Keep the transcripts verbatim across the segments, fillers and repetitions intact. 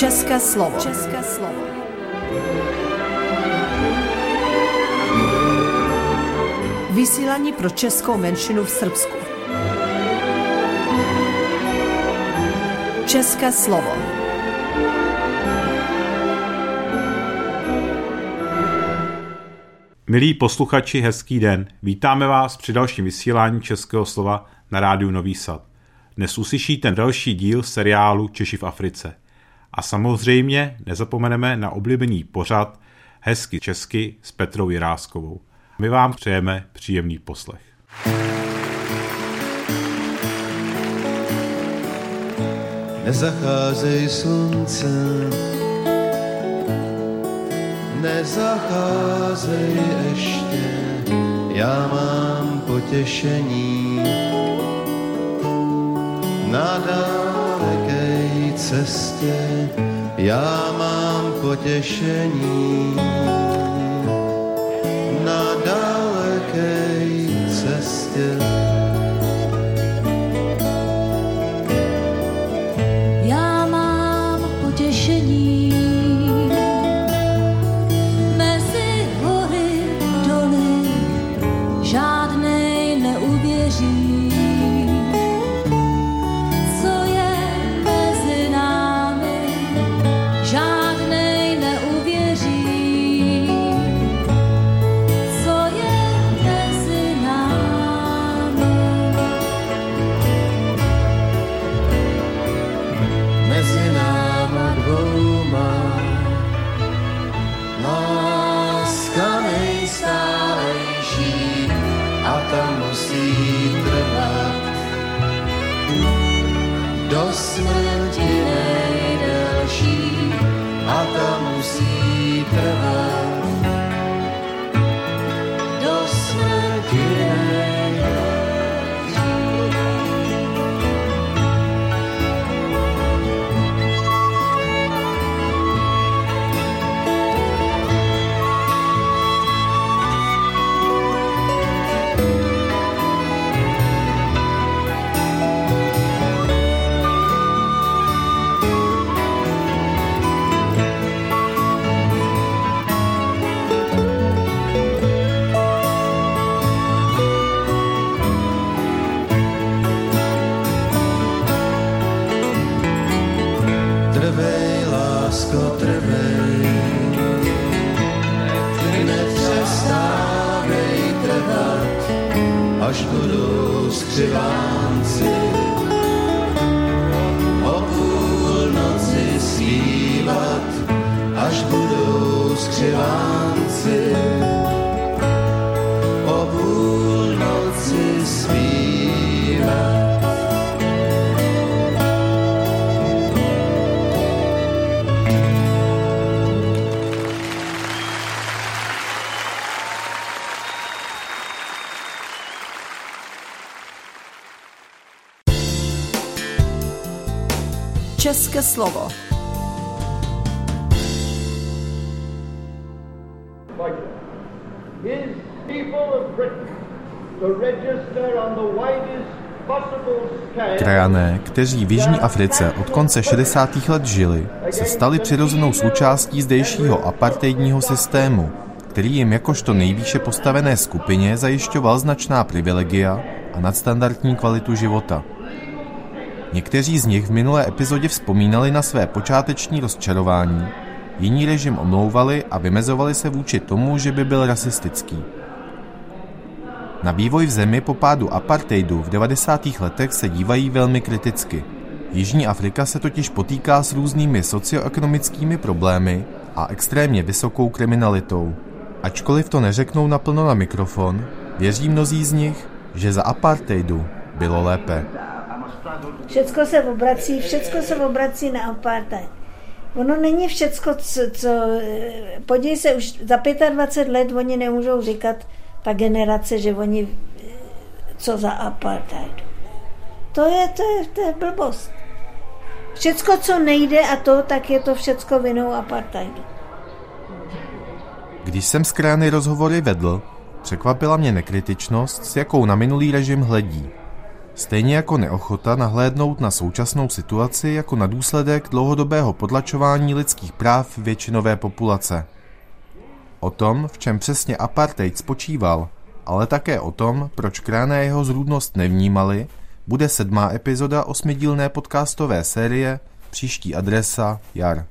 České slovo. České slovo. Vysílání pro českou menšinu v Srbsku. České slovo. Milí posluchači, hezký den. Vítáme vás při dalším vysílání Českého slova na rádiu Nový Sad. Dnes uslyšíte další díl seriálu Češi v Africe. A samozřejmě nezapomeneme na oblíbený pořad Hezky česky s Petrou Jiráskovou. My vám přejeme příjemný poslech. Nezacházej slunce, nezacházej ještě, já mám potěšení na dalekej cestě, já mám potěšení na dalekej cestě. Já mám potěšení mezi hory doly, žádnej neuvěří, co je mezi námi, žádnej neuvěří, co je mezi námi. Mezi náma dvouma láska nejstálejší a ta musí trvat do smrti nejdelší a ta musí trvat do smrti nejdelší. Trvej, lásko, trvej, nepřestávej trvat, až budou skřivánci o půlnoci zpívat, až budou skřivánci o půlnoci zpívat. České slovo. His people of Britain to register on the widest possible scale. Krajané, kteří v Jižní Africe od konce šedesátých let žili, se stali přirozenou součástí zdejšího apartheidního systému, který jim jakožto nejvýše postavené skupině zajišťoval značná privilegia a nadstandardní kvalitu života. Někteří z nich v minulé epizodě vzpomínali na své počáteční rozčarování, jiní režim omlouvali a vymezovali se vůči tomu, že by byl rasistický. Na vývoj v zemi po pádu apartheidu v devadesátých letech se dívají velmi kriticky. Jižní Afrika se totiž potýká s různými socioekonomickými problémy a extrémně vysokou kriminalitou. Ačkoliv to neřeknou naplno na mikrofon, věří mnozí z nich, že za apartheidu bylo lépe. Všecko se obrací, všecko se obrací na apartheid. Ono není všecko, co, co podívej se, už za dvacet pět let oni nemůžou říkat, ta generace, že oni, co za apartheid. To je, to je, to je blbost. Všecko, co nejde a to, tak je to všecko vinou apartheidu. Když jsem s Krány rozhovory vedl, překvapila mě nekritičnost, s jakou na minulý režim hledí. Stejně jako neochota nahlédnout na současnou situaci jako na důsledek dlouhodobého potlačování lidských práv většinové populace. O tom, v čem přesně apartheid spočíval, ale také o tom, proč krajané jeho zrůdnost nevnímali, bude sedmá epizoda osmidílné podcastové série Příští adresa jar.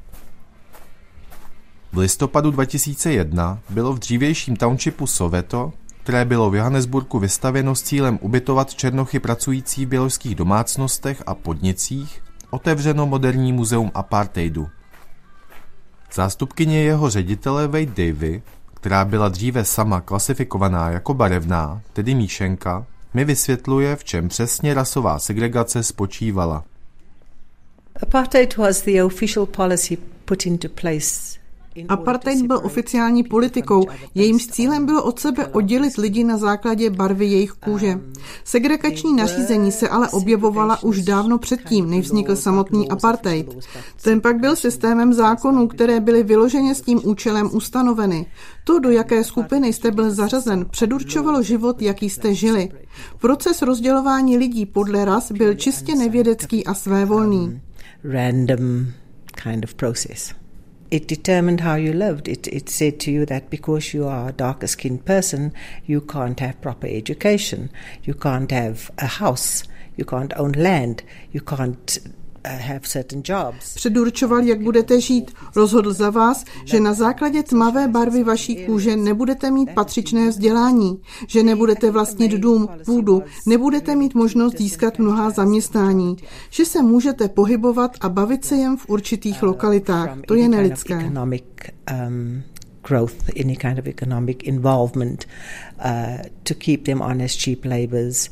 V listopadu dva tisíce jedna bylo v dřívějším townshipu Soweto, které bylo v Johannesburgu vystavěno s cílem ubytovat černochy pracující v běložských domácnostech a podnicích, otevřeno moderní muzeum apartheidu. Zástupkyně jeho ředitele Wade Davy, která byla dříve sama klasifikovaná jako barevná, tedy míšenka, mi vysvětluje, v čem přesně rasová segregace spočívala. Apartheid was the official policy put into place. Apartheid byl oficiální politikou, jejímž cílem bylo od sebe oddělit lidi na základě barvy jejich kůže. Segregační nařízení se ale objevovala už dávno předtím, než vznikl samotný apartheid. Ten pak byl systémem zákonů, které byly vyloženě s tím účelem ustanoveny. To, do jaké skupiny jste byl zařazen, předurčovalo život, jaký jste žili. Proces rozdělování lidí podle ras byl čistě nevědecký a svévolný. Random kind of process. It determined how you lived. It, it said to you that because you are a darker skinned person, you can't have proper education, you can't have a house, you can't own land, you can't have certain jobs. Předurčoval, jak budete žít. Rozhodl za vás, že na základě tmavé barvy vaší kůže nebudete mít patřičné vzdělání, že nebudete vlastnit dům, půdu, nebudete mít možnost získat mnohá zaměstnání, že se můžete pohybovat a bavit se jen v určitých lokalitách. To je nelidské. Growth, any kind of economic involvement, uh, to keep them on as cheap labours.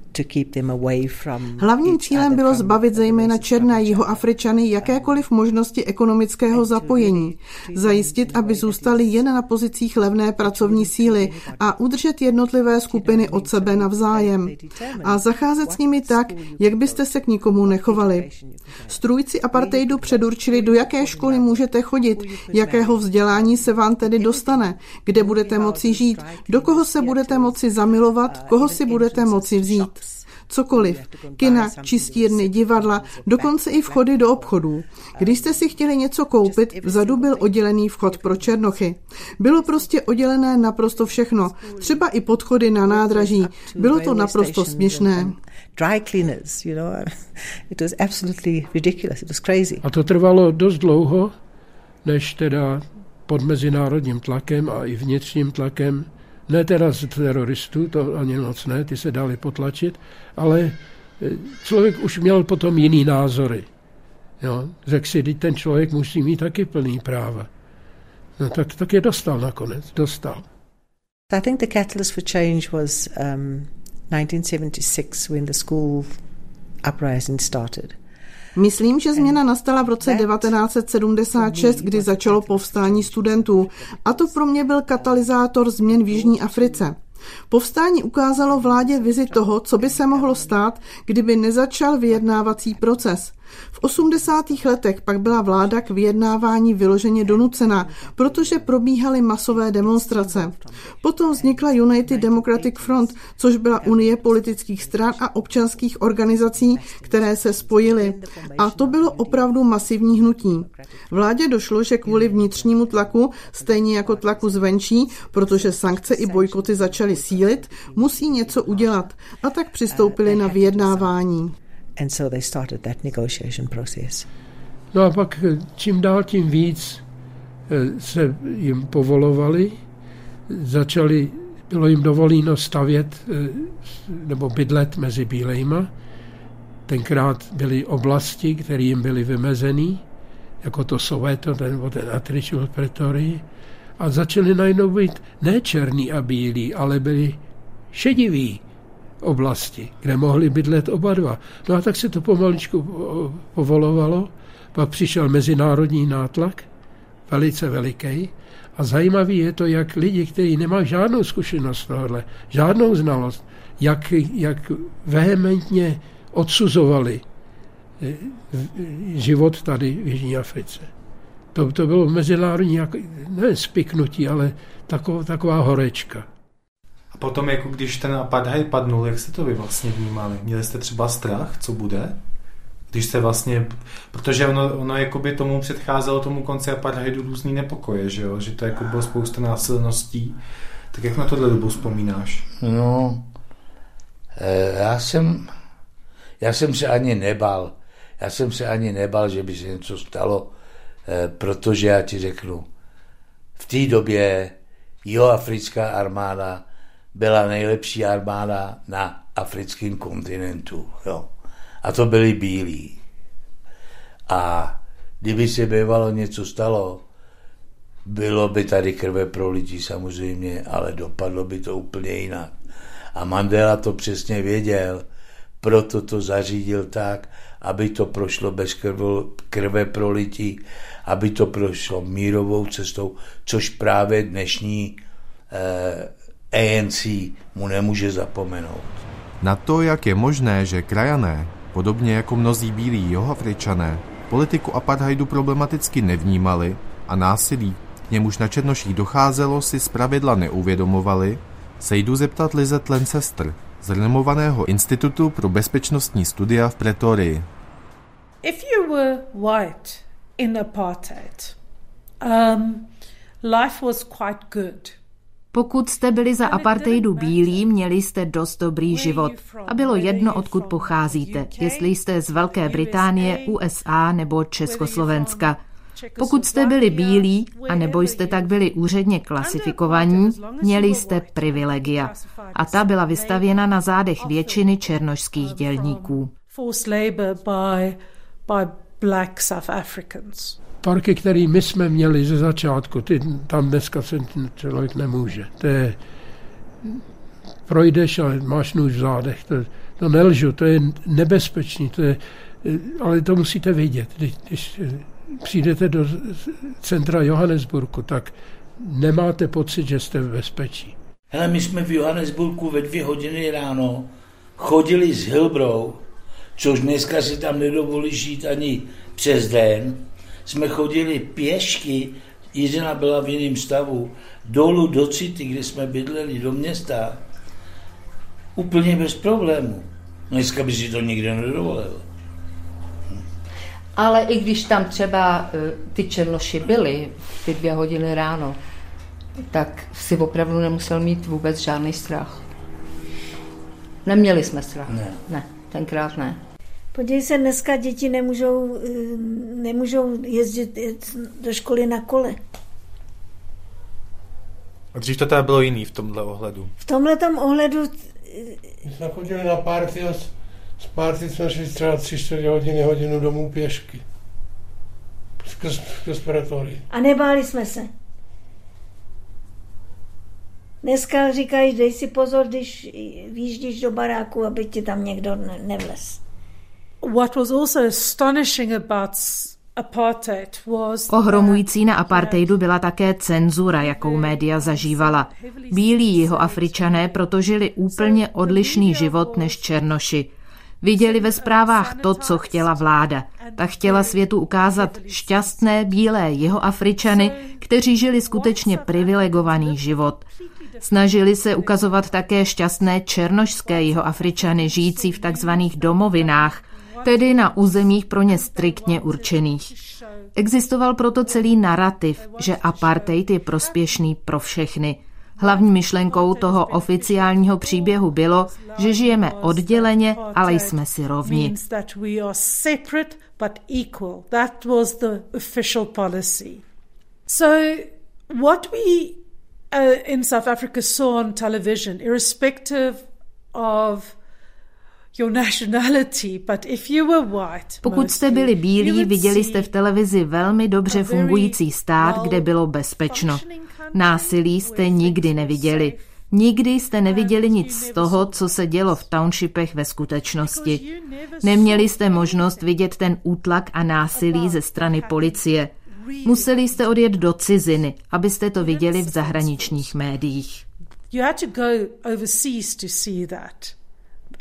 Hlavním cílem bylo zbavit zejména černé Jihoafričany jakékoliv možnosti ekonomického zapojení, zajistit, aby zůstali jen na pozicích levné pracovní síly a udržet jednotlivé skupiny od sebe navzájem a zacházet s nimi tak, jak byste se k nikomu nechovali. Strůjci apartheidu předurčili, do jaké školy můžete chodit, jakého vzdělání se vám tedy dostane, kde budete moci žít, do koho se budete moci zamilovat, koho si budete moci vzít. Cokoliv, kina, čistírny, divadla, dokonce i vchody do obchodů. Když jste si chtěli něco koupit, vzadu byl oddělený vchod pro černochy. Bylo prostě oddělené naprosto všechno, třeba i podchody na nádraží. Bylo to naprosto směšné. Dry cleaners, you know, it was absolutely ridiculous, it was crazy. A to trvalo dost dlouho, než teda pod mezinárodním tlakem a i vnitřním tlakem, ne teda z teroristů, to ani moc ne, ty se dali potlačit, ale člověk už měl potom jiný názory. Jo? Řekl si, ten člověk musí mít taky plný práva. No tak, tak je dostal nakonec, dostal. I think the catalyst for change was um, nineteen seventy-six when the school uprising started. Myslím, že změna nastala v roce devatenáct set sedmdesát šest, kdy začalo povstání studentů. A to pro mě byl katalyzátor změn v Jižní Africe. Povstání ukázalo vládě vizi toho, co by se mohlo stát, kdyby nezačal vyjednávací proces. V osmdesátých letech pak byla vláda k vyjednávání vyloženě donucena, protože probíhaly masové demonstrace. Potom vznikla United Democratic Front, což byla unie politických stran a občanských organizací, které se spojily. A to bylo opravdu masivní hnutí. Vládě došlo, že kvůli vnitřnímu tlaku, stejně jako tlaku zvenčí, protože sankce i bojkoty začaly sílit, musí něco udělat. A tak přistoupili na vyjednávání. And so they started that negotiation process. No a pak čím dál tím víc se jim povolovali, začali, bylo jim dovoleno stavět nebo bydlet mezi bílejma. Tenkrát byly oblasti, které jim byly vymezený, jako to Soweto, ten, ten Atricius Pretorii, a začali najednou být ne černý a bílí, ale byli šediví oblasti, kde mohli bydlet oba dva. No a tak se to pomaličku povolovalo, pak přišel mezinárodní nátlak, velice veliký, a zajímavý je to, jak lidi, kteří nemají žádnou zkušenost tohohle, žádnou znalost, jak, jak vehementně odsuzovali život tady v Jižní Africe. To, to bylo mezinárodní, ne spiknutí, ale taková, taková horečka. A potom, jako když ten apartheid padnul, jak jste to vy vlastně vnímali? Měli jste třeba strach, co bude? Když se vlastně, protože ono, ono jakoby tomu předcházelo tomu konci apartheidu různý nepokoje, že jo? Že to jako bylo spousta násilností. Tak jak na tohle dobu vzpomínáš? No, já jsem, já jsem se ani nebal. Já jsem se ani nebal, že by se něco stalo, protože já ti řeknu, v té době jihoafrická armáda byla nejlepší armáda na africkém kontinentu. Jo. A to byli bílí. A kdyby se bývalo něco stalo, bylo by tady krve prolití samozřejmě, ale dopadlo by to úplně jinak. A Mandela to přesně věděl, proto to zařídil tak, aby to prošlo bez krve prolití, aby to prošlo mírovou cestou, což právě dnešní eh, A N C mu nemůže zapomenout. Na to, jak je možné, že krajané, podobně jako mnozí bílí jihoafričané, politiku apartheidu problematicky nevnímali a násilí, k němuž na černoších docházelo, si zpravidla neuvědomovali, se jdu zeptat Lizette Lencester z renomovaného Institutu pro bezpečnostní studia v Pretorii. If you were white in apartheid, um, life was quite good. Pokud jste byli za apartheidu bílí, měli jste dost dobrý život. A bylo jedno, odkud pocházíte, jestli jste z Velké Británie, U S A nebo Československa. Pokud jste byli bílí, a nebo jste tak byli úředně klasifikovaní, měli jste privilegia. A ta byla vystavěna na zádech většiny černošských dělníků. Parky, které my jsme měli ze začátku, ty, tam dneska se člověk nemůže. To je, projdeš a máš nůž v zádech. To, to nelžu, to je nebezpečný, to je, ale to musíte vidět. Když, když přijdete do centra Johannesburgu, tak nemáte pocit, že jste v bezpečí. Hele, my jsme v Johannesburgu ve dvě hodiny ráno chodili s Hillbrow, což dneska si tam nedovolíš jít ani přes den. Jsme chodili pěšky, Jiřina byla v jiném stavu, dolů do City, kde jsme bydleli, do města, úplně bez problému. Dneska by si to nikdo nedovolil. Ale i když tam třeba ty černoši byli v ty dvě hodiny ráno, tak si opravdu nemusel mít vůbec žádný strach. Neměli jsme strach. Ne. Ne, tenkrát ne. Podívej se, dneska děti nemůžou, nemůžou jezdit do školy na kole. A dřív to teda bylo jiný v tomhle ohledu? V tomhletom ohledu... My jsme chodili na party a z party jsme šli třeba tři čtyři hodiny, hodinu domů pěšky. Skrz, skrz Pretorii. A nebáli jsme se. Dneska říkají, dej si pozor, když výjíždíš do baráku, aby ti tam někdo nevlez. What was also astonishing about apartheid was Ohromující na apartheidu byla také cenzura, jakou média zažívala. Bílí jihoafričané proto žili úplně odlišný život než černoši. Viděli ve zprávách to, co chtěla vláda. Ta chtěla světu ukázat šťastné bílé jihoafričany, kteří žili skutečně privilegovaný život. Snažili se ukazovat také šťastné černošské jihoafričany žijící v takzvaných domovinách, tedy na územích pro ně striktně určených. Existoval proto celý narativ, že apartheid je prospěšný pro všechny. Hlavní myšlenkou toho oficiálního příběhu bylo, že žijeme odděleně, ale jsme si rovni. In South Africa saw on television, irrespective of your nationality, but if you were white, pokud jste byli bílí, viděli jste v televizi velmi dobře fungující stát, kde bylo bezpečno. Násilí jste nikdy neviděli. Nikdy jste neviděli nic z toho, co se dělo v townshipech ve skutečnosti. Neměli jste možnost vidět ten útlak a násilí ze strany policie. Museli jste odjet do ciziny, abyste to viděli v zahraničních médiích. You had to go overseas to see that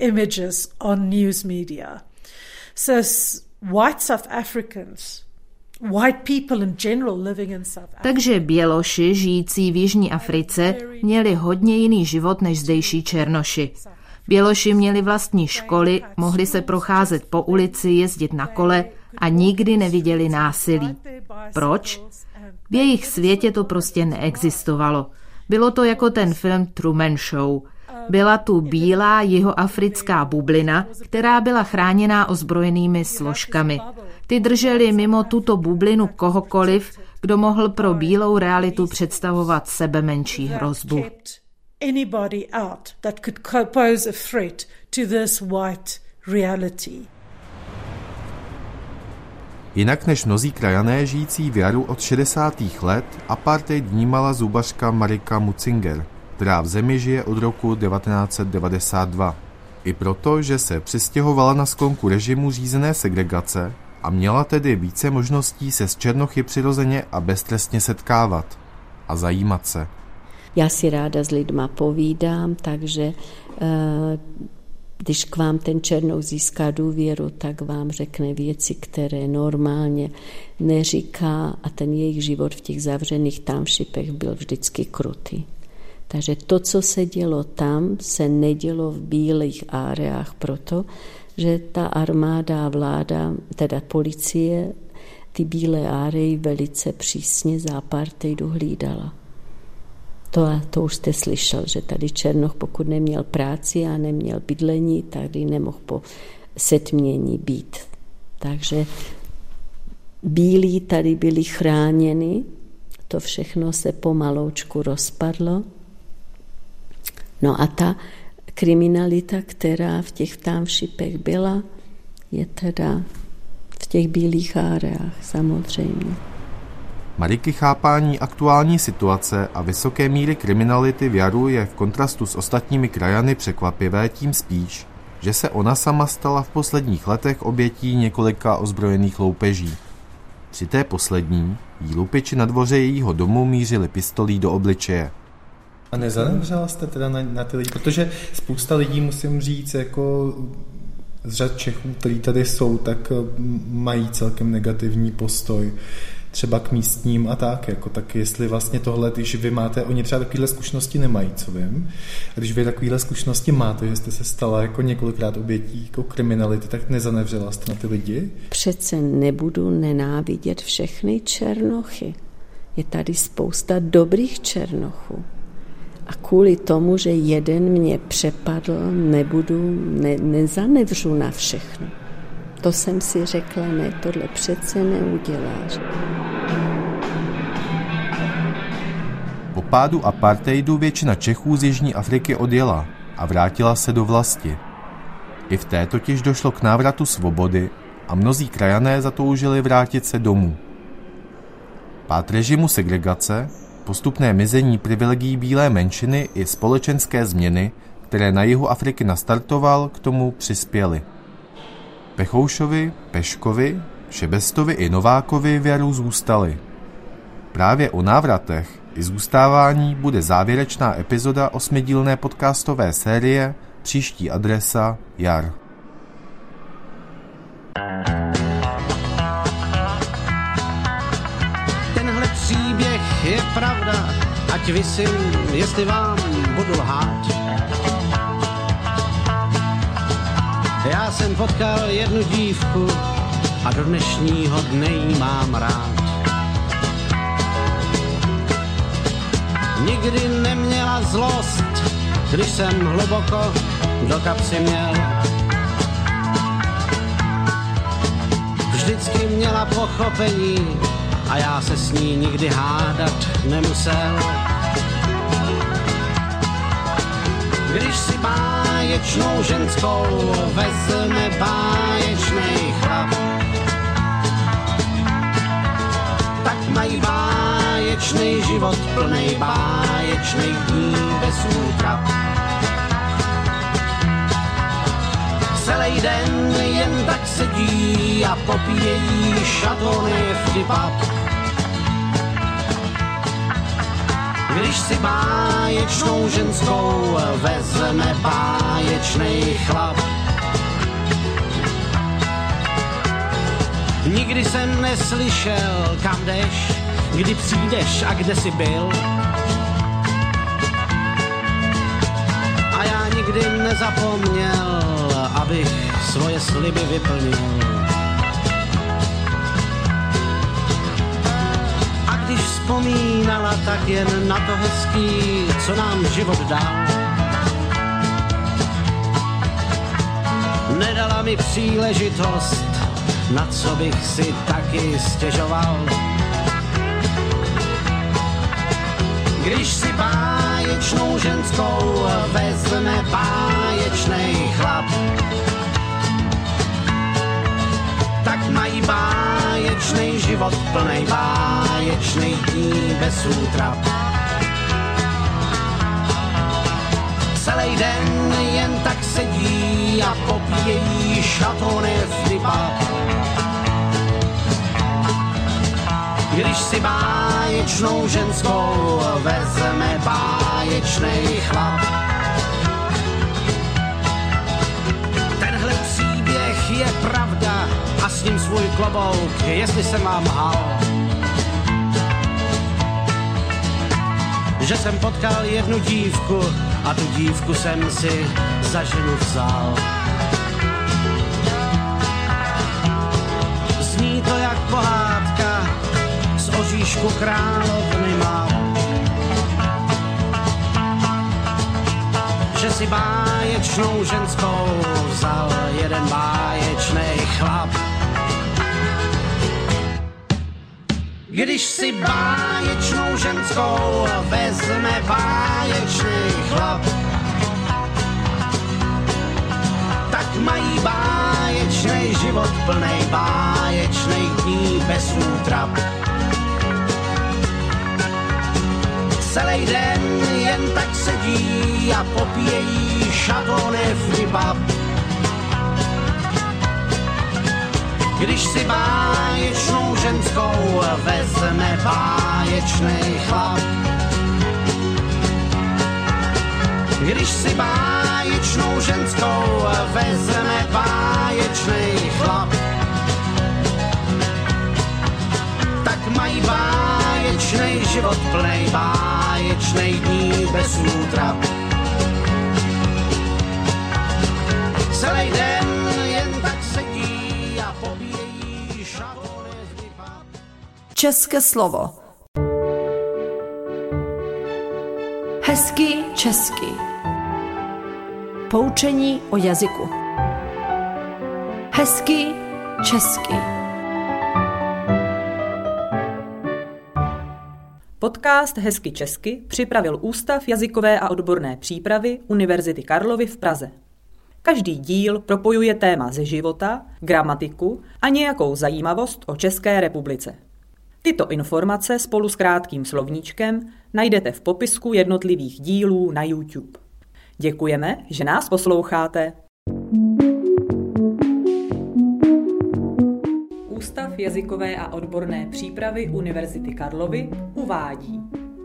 images on news media. So white South Africans Takže běloši žijící v Jižní Africe měli hodně jiný život než zdejší černoši. Běloši měli vlastní školy, mohli se procházet po ulici, jezdit na kole a nikdy neviděli násilí. Proč? V jejich světě to prostě neexistovalo. Bylo to jako ten film Truman Show. Byla tu bílá jihoafrická bublina, která byla chráněná ozbrojenými složkami. Ty drželi mimo tuto bublinu kohokoliv, kdo mohl pro bílou realitu představovat sebemenší hrozbu. Jinak než mnozí krajané žijící v Jaru od šedesátých let apartheid vnímala zubařka Marika Muzinger, která v zemi žije od roku devatenáct set devadesát dva. I proto, že se přestěhovala na sklonku režimu řízené segregace a měla tedy více možností se s černochy přirozeně a beztrestně setkávat a zajímat se. Já si ráda s lidma povídám, takže když k vám ten černoch získá důvěru, tak vám řekne věci, které normálně neříká a ten jejich život v těch zavřených townshipech byl vždycky krutý. Takže to, co se dělo tam, se nedělo v bílých áreách proto, že ta armáda a vláda, teda policie, ty bílé áreji velice přísně za apartheidu hlídala. To, to už jste slyšel, že tady černoch, pokud neměl práci a neměl bydlení, tady nemohl po setmění být. Takže bílí tady byli chráněni, to všechno se pomaloučku rozpadlo. No a ta kriminalita, která v těch townshipech byla, je teda v těch bílých áreách samozřejmě. Mariky chápání aktuální situace a vysoké míry kriminality v Jaru je v kontrastu s ostatními krajany překvapivé tím spíš, že se ona sama stala v posledních letech obětí několika ozbrojených loupeží. Při té poslední jí lupiči na dvoře jejího domu mířili pistolí do obličeje. A nezanevřela jste teda na, na ty lidi? Protože spousta lidí, musím říct, jako z řad Čechů, který tady jsou, tak mají celkem negativní postoj třeba k místním a tak, jako tak jestli vlastně tohle, když vy máte, oni třeba takovýhle zkušenosti nemají, co vím, a když vy takovýhle zkušenosti máte, že jste se stala jako několikrát obětí jako kriminality, tak nezanevřela jste na ty lidi? Přece nebudu nenávidět všechny černochy. Je tady spousta dobrých černochů. A kvůli tomu, že jeden mě přepadl, nebudu, ne, nezanevřu na všechno. To jsem si řekla, ne, tohle přece neuděláš. Po pádu apartheidu většina Čechů z Jižní Afriky odjela a vrátila se do vlasti. I v té totiž došlo k návratu svobody a mnozí krajané zatoužili vrátit se domů. Pád režimu segregace, postupné mizení privilegií bílé menšiny i společenské změny, které na jihu Afriky nastartoval, k tomu přispěly. Pechoušovi, Peškovi, Šebestovi i Novákovi v Jaru zůstali. Právě o návratech i zůstávání bude závěrečná epizoda osmidílné podcastové série Příští adresa Jar. Tenhle příběh je pravda, ať visím, jestli vám budu lhát. Já jsem potkal jednu dívku a do dnešního dne jí mám rád. Nikdy neměla zlost, když jsem hluboko do kapsy měl. Vždycky měla pochopení a já se s ní nikdy hádat nemusel. Když si báječnou ženskou vezme báječnej chlap, tak mají báječnej život plnej báječnej dní bez útrap. Celý den jen tak sedí a popíjejí šatony v kebab. Když si báječnou ženskou vezme báječnej chlap, Nikdy jsem neslyšel, kam jdeš, kdy přijdeš a kde jsi byl. A já nikdy nezapomněl, abych svoje sliby vyplnil. A když vzpomínala, tak jen na to hezký, co nám život dal. Nedala mi příležitost, na co bych si taky stěžoval. Když si báječnou ženskou vezme báječnej chlap, tak mají báječnej život plnej báječnej dní bez útrap. Celý den jen tak sedí a popíjejí šatonev diba. Když si báječnou ženskou vezme báječnej chlap. Tenhle příběh je pravda a s ním svůj klobouk, jestli jsem vám lhal. Že jsem potkal jednu dívku a tu dívku jsem si za ženu vzal. Zní to jak pohádka z oříšku královny má. Že si báječnou ženskou vzal jeden báječnej chlap. Když si báječnou ženskou vezme báječný chlap, tak mají báječný život plnej báječnej dní bez útrap. Celý den jen tak sedí a popíjejí šatonev diba. Když si báječnou ženskou vezme báječnej chlap. Když si báječnou ženskou vezme báječnej chlap, tak mají báječnej život plnej báječnej dní bez útrap. Celý den jen tak sedí a popíjejí šatonev diba. České slovo. Hezký český. Poučení o jazyku. Hezký český. Podcast Hezky česky připravil Ústav jazykové a odborné přípravy Univerzity Karlovy v Praze. Každý díl propojuje téma ze života, gramatiku a nějakou zajímavost o České republice. Tyto informace spolu s krátkým slovníčkem najdete v popisku jednotlivých dílů na YouTube. Děkujeme, že nás posloucháte. Ústav jazykové a odborné přípravy Univerzity Karlovy uvádí.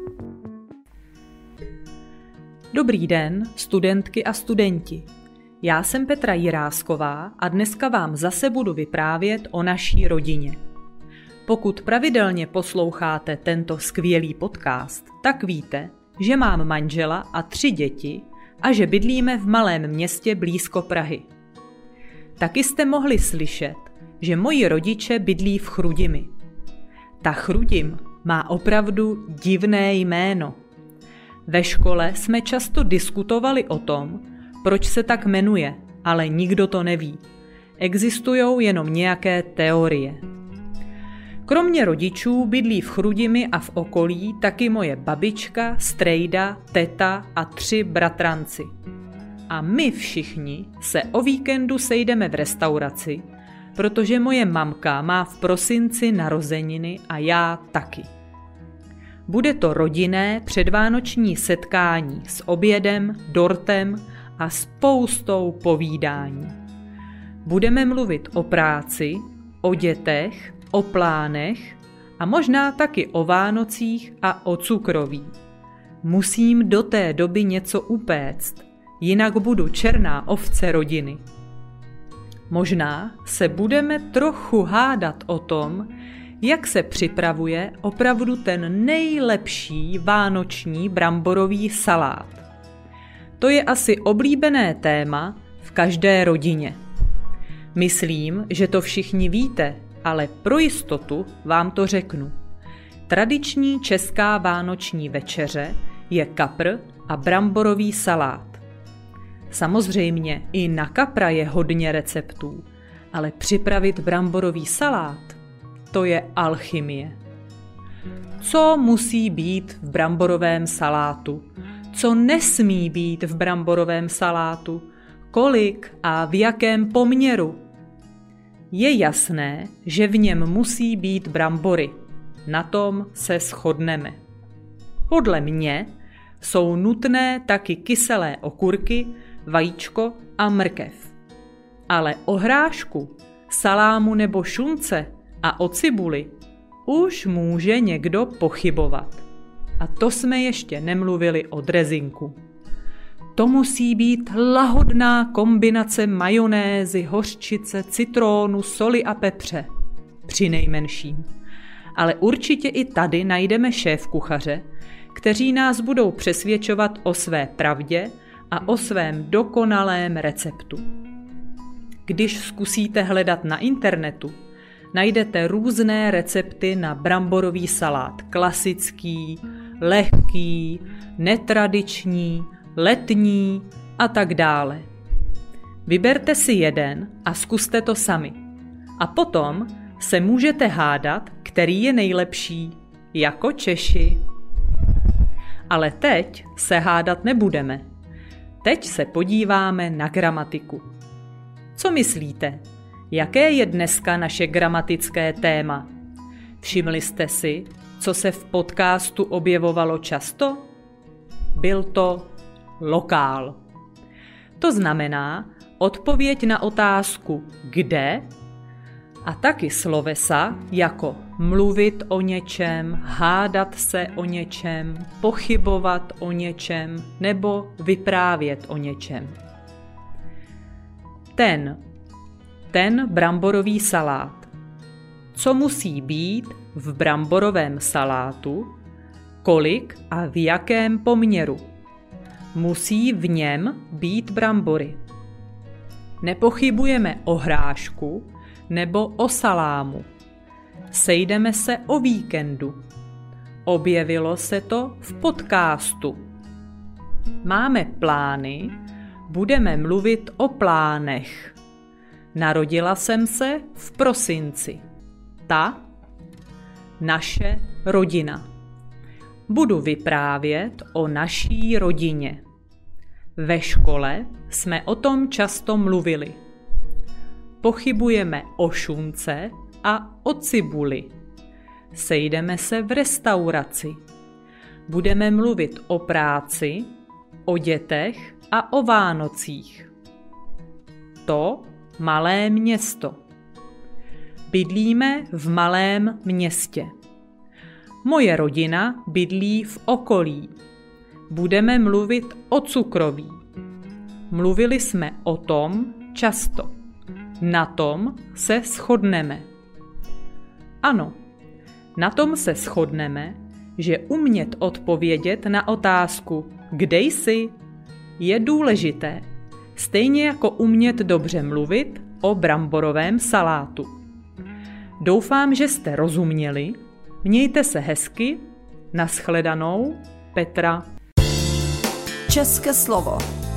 Dobrý den, studentky a studenti. Já jsem Petra Jirásková a dneska vám zase budu vyprávět o naší rodině. Pokud pravidelně posloucháte tento skvělý podcast, tak víte, že mám manžela a tři děti a že bydlíme v malém městě blízko Prahy. Taky jste mohli slyšet, že moji rodiče bydlí v Chrudimi. Ta Chrudim má opravdu divné jméno. Ve škole jsme často diskutovali o tom, proč se tak jmenuje, ale nikdo to neví. Existují jenom nějaké teorie. Kromě rodičů bydlí v Chrudimi a v okolí taky moje babička, strejda, teta a tři bratranci. A my všichni se o víkendu sejdeme v restauraci, protože moje mamka má v prosinci narozeniny a já taky. Bude to rodinné předvánoční setkání s obědem, dortem a spoustou povídání. Budeme mluvit o práci, o dětech, o plánech a možná taky o Vánocích a o cukroví. Musím do té doby něco upéct, jinak budu černá ovce rodiny. Možná se budeme trochu hádat o tom, jak se připravuje opravdu ten nejlepší vánoční bramborový salát. To je asi oblíbené téma v každé rodině. Myslím, že to všichni víte, ale pro jistotu vám to řeknu. Tradiční česká vánoční večeře je kapr a bramborový salát. Samozřejmě i na kapra je hodně receptů, ale připravit bramborový salát, to je alchymie. Co musí být v bramborovém salátu? Co nesmí být v bramborovém salátu? Kolik a v jakém poměru? Je jasné, že v něm musí být brambory. Na tom se shodneme. Podle mě jsou nutné taky kyselé okurky, vajíčko a mrkev. Ale o hrášku, salámu nebo šunce a o cibuli už může někdo pochybovat. A to jsme ještě nemluvili o drezinku. To musí být lahodná kombinace majonézy, hořčice, citrónu, soli a pepře. Přinejmenším. Ale určitě i tady najdeme šéfkuchaře, kteří nás budou přesvědčovat o své pravdě a o svém dokonalém receptu. Když zkusíte hledat na internetu, najdete různé recepty na bramborový salát. Klasický, lehký, netradiční, letní a tak dále. Vyberte si jeden a zkuste to sami. A potom se můžete hádat, který je nejlepší, jako Češi. Ale teď se hádat nebudeme. Teď se podíváme na gramatiku. Co myslíte? Jaké je dneska naše gramatické téma? Všimli jste si, co se v podcastu objevovalo často? Byl to lokál. To znamená odpověď na otázku kde a taky slovesa jako mluvit o něčem, hádat se o něčem, pochybovat o něčem nebo vyprávět o něčem. Ten, ten bramborový salát. Co musí být v bramborovém salátu, kolik a v jakém poměru? Musí v něm být brambory. Nepochybujeme o hrášku nebo o salámu. Sejdeme se o víkendu. Objevilo se to v podcastu. Máme plány, budeme mluvit o plánech. Narodila jsem se v prosinci. Ta, naše rodina. Budu vyprávět o naší rodině. Ve škole jsme o tom často mluvili. Pochybujeme o šunce a o cibuli. Sejdeme se v restauraci. Budeme mluvit o práci, o dětech a o Vánocích. To malé město. Bydlíme v malém městě. Moje rodina bydlí v okolí. Budeme mluvit o cukroví. Mluvili jsme o tom často. Na tom se shodneme. Ano, na tom se shodneme, že umět odpovědět na otázku kde jsi je důležité, stejně jako umět dobře mluvit o bramborovém salátu. Doufám, že jste rozuměli. Mějte se hezky. Naschledanou, Petra. České slovo.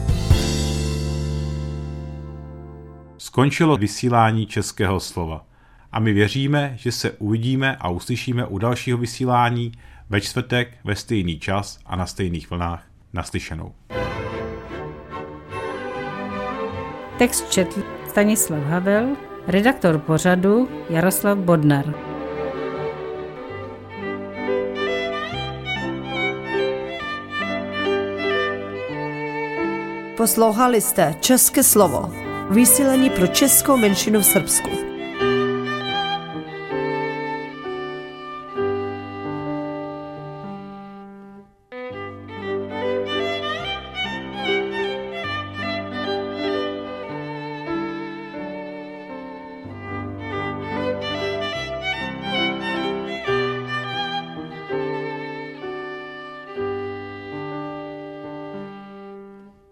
Skončilo vysílání Českého slova a my věříme, že se uvidíme a uslyšíme u dalšího vysílání ve čtvrtek ve stejný čas a na stejných vlnách. Naslyšenou. Text četl Stanislav Havel, redaktor pořadu Jaroslav Bodnar. Poslouchali jste České slovo, vysílání pro českou menšinu v Srbsku.